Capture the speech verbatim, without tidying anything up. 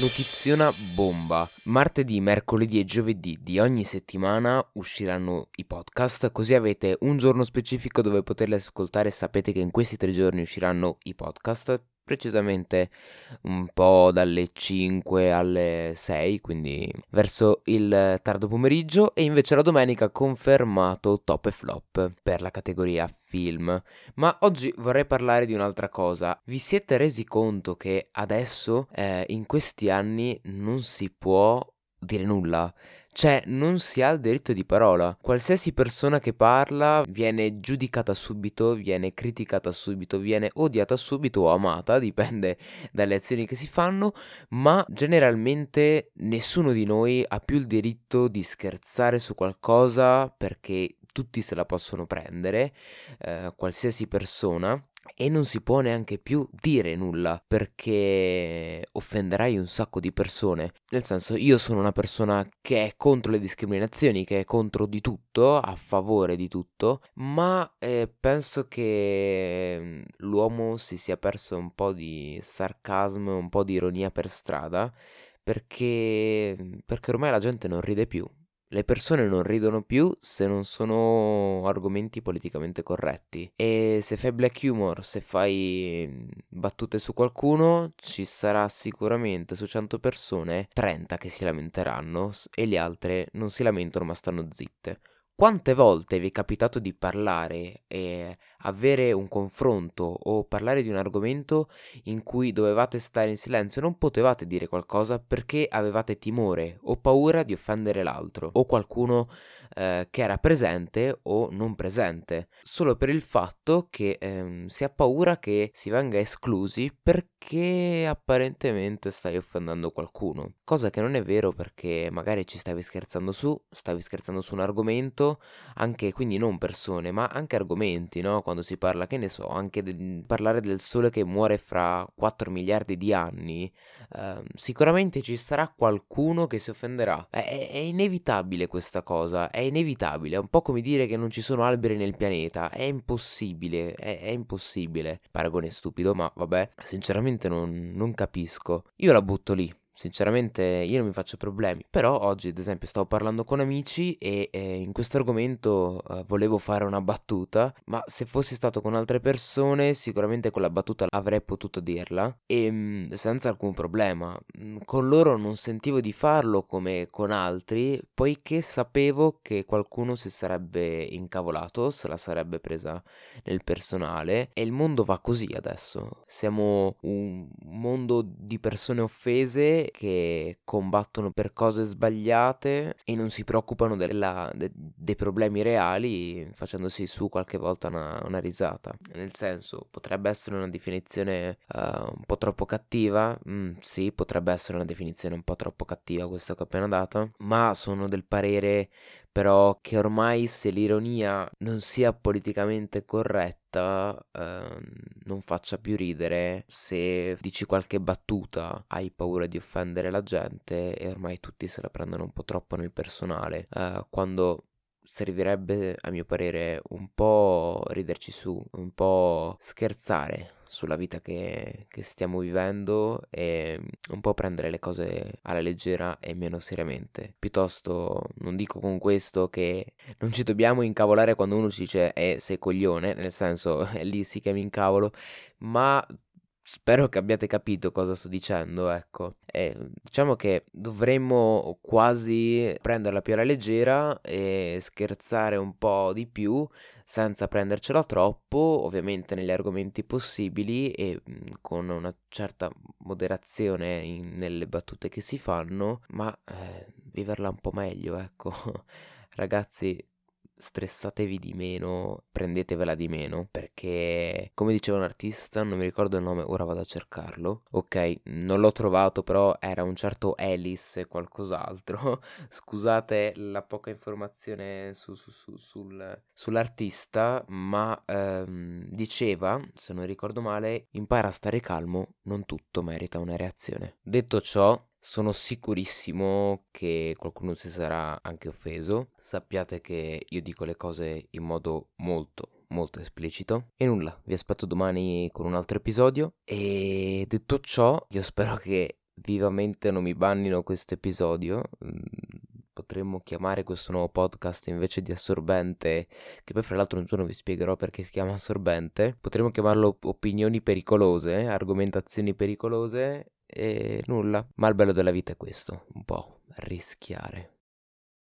Notiziona bomba. Martedì, mercoledì e giovedì di ogni settimana usciranno i podcast, così avete un giorno specifico dove poterli ascoltare e sapete che in questi tre giorni usciranno i podcast, precisamente un po' dalle cinque alle sei, quindi verso il tardo pomeriggio, e invece la domenica confermato top e flop per la categoria film. Ma oggi vorrei parlare di un'altra cosa. Vi siete resi conto che adesso, eh, in questi anni, non si può dire nulla? Cioè, non si ha il diritto di parola. Qualsiasi persona che parla viene giudicata subito, viene criticata subito, viene odiata subito o amata, dipende dalle azioni che si fanno, ma generalmente nessuno di noi ha più il diritto di scherzare su qualcosa perché tutti se la possono prendere, eh, qualsiasi persona. E non si può neanche più dire nulla perché offenderai un sacco di persone. Nel senso, io sono una persona che è contro le discriminazioni, che è contro di tutto, a favore di tutto, ma eh, penso che mm, l'uomo si sia perso un po' di sarcasmo, un po' di ironia per strada, perché, perché ormai la gente non ride più. Le persone non ridono più se non sono argomenti politicamente corretti. E se fai black humor, se fai mm, battute su qualcuno, ci sarà sicuramente su cento persone trenta che si lamenteranno s- e le altre non si lamentano ma stanno zitte. Quante volte vi è capitato di parlare e avere un confronto o parlare di un argomento in cui dovevate stare in silenzio, non potevate dire qualcosa perché avevate timore o paura di offendere l'altro o qualcuno eh, che era presente o non presente, solo per il fatto che ehm, si ha paura che si venga esclusi perché apparentemente stai offendendo qualcuno, cosa che non è vero perché magari ci stavi scherzando su, stavi scherzando su un argomento, anche quindi non persone, ma anche argomenti, no? Quando si parla, che ne so, anche del, parlare del sole che muore fra quattro miliardi di anni, ehm, sicuramente ci sarà qualcuno che si offenderà. È, è- è inevitabile questa cosa, è inevitabile. È un po' come dire che non ci sono alberi nel pianeta, è impossibile, è, è impossibile. Paragone stupido, ma vabbè, sinceramente non, non capisco. Io la butto lì. Sinceramente io non mi faccio problemi, però oggi ad esempio stavo parlando con amici e eh, in questo argomento eh, volevo fare una battuta, ma se fossi stato con altre persone sicuramente quella battuta avrei potuto dirla e mm, senza alcun problema. Mm, Con loro non sentivo di farlo come con altri, poiché sapevo che qualcuno si sarebbe incavolato, se la sarebbe presa nel personale e il mondo va così adesso. Siamo un mondo di persone offese che combattono per cose sbagliate e non si preoccupano della- de- dei problemi reali facendosi su qualche volta una, una risata. Nel senso, potrebbe essere una definizione eh, un po' troppo cattiva. Mm, sì, potrebbe essere una definizione un po' troppo cattiva questa che ho appena data, ma sono del parere però che ormai se l'ironia non sia politicamente corretta, ehm, non faccia più ridere, se dici qualche battuta hai paura di offendere la gente e ormai tutti se la prendono un po' troppo nel personale, eh, quando servirebbe a mio parere un po' riderci su, un po' scherzare sulla vita che, che stiamo vivendo e un po' prendere le cose alla leggera e meno seriamente. Piuttosto non dico con questo che non ci dobbiamo incavolare quando uno ci dice eh, sei coglione, nel senso lì sì che mi incavolo, ma spero che abbiate capito cosa sto dicendo, ecco. E diciamo che dovremmo quasi prenderla più alla leggera e scherzare un po' di più senza prendercela troppo, ovviamente negli argomenti possibili e mm, con una certa moderazione in- nelle battute che si fanno, ma eh, viverla un po' meglio, ecco. Ragazzi, stressatevi di meno, prendetevela di meno, perché come diceva un artista, non mi ricordo il nome, ora vado a cercarlo. Ok, non l'ho trovato, però era un certo Alice e qualcos'altro. Scusate la poca informazione su- su- su- sul- sull'artista, ma ehm, diceva, se non ricordo male, impara a stare calmo, non tutto merita una reazione. Detto ciò, sono sicurissimo che qualcuno si sarà anche offeso. Sappiate che io dico le cose in modo molto, molto esplicito. E nulla, vi aspetto domani con un altro episodio. E detto ciò, io spero che vivamente non mi bannino questo episodio. Potremmo chiamare questo nuovo podcast, invece di Assorbente, che poi fra l'altro un giorno vi spiegherò perché si chiama Assorbente, potremmo chiamarlo Opinioni pericolose, argomentazioni pericolose e nulla. Ma il bello della vita è questo, un po' rischiare.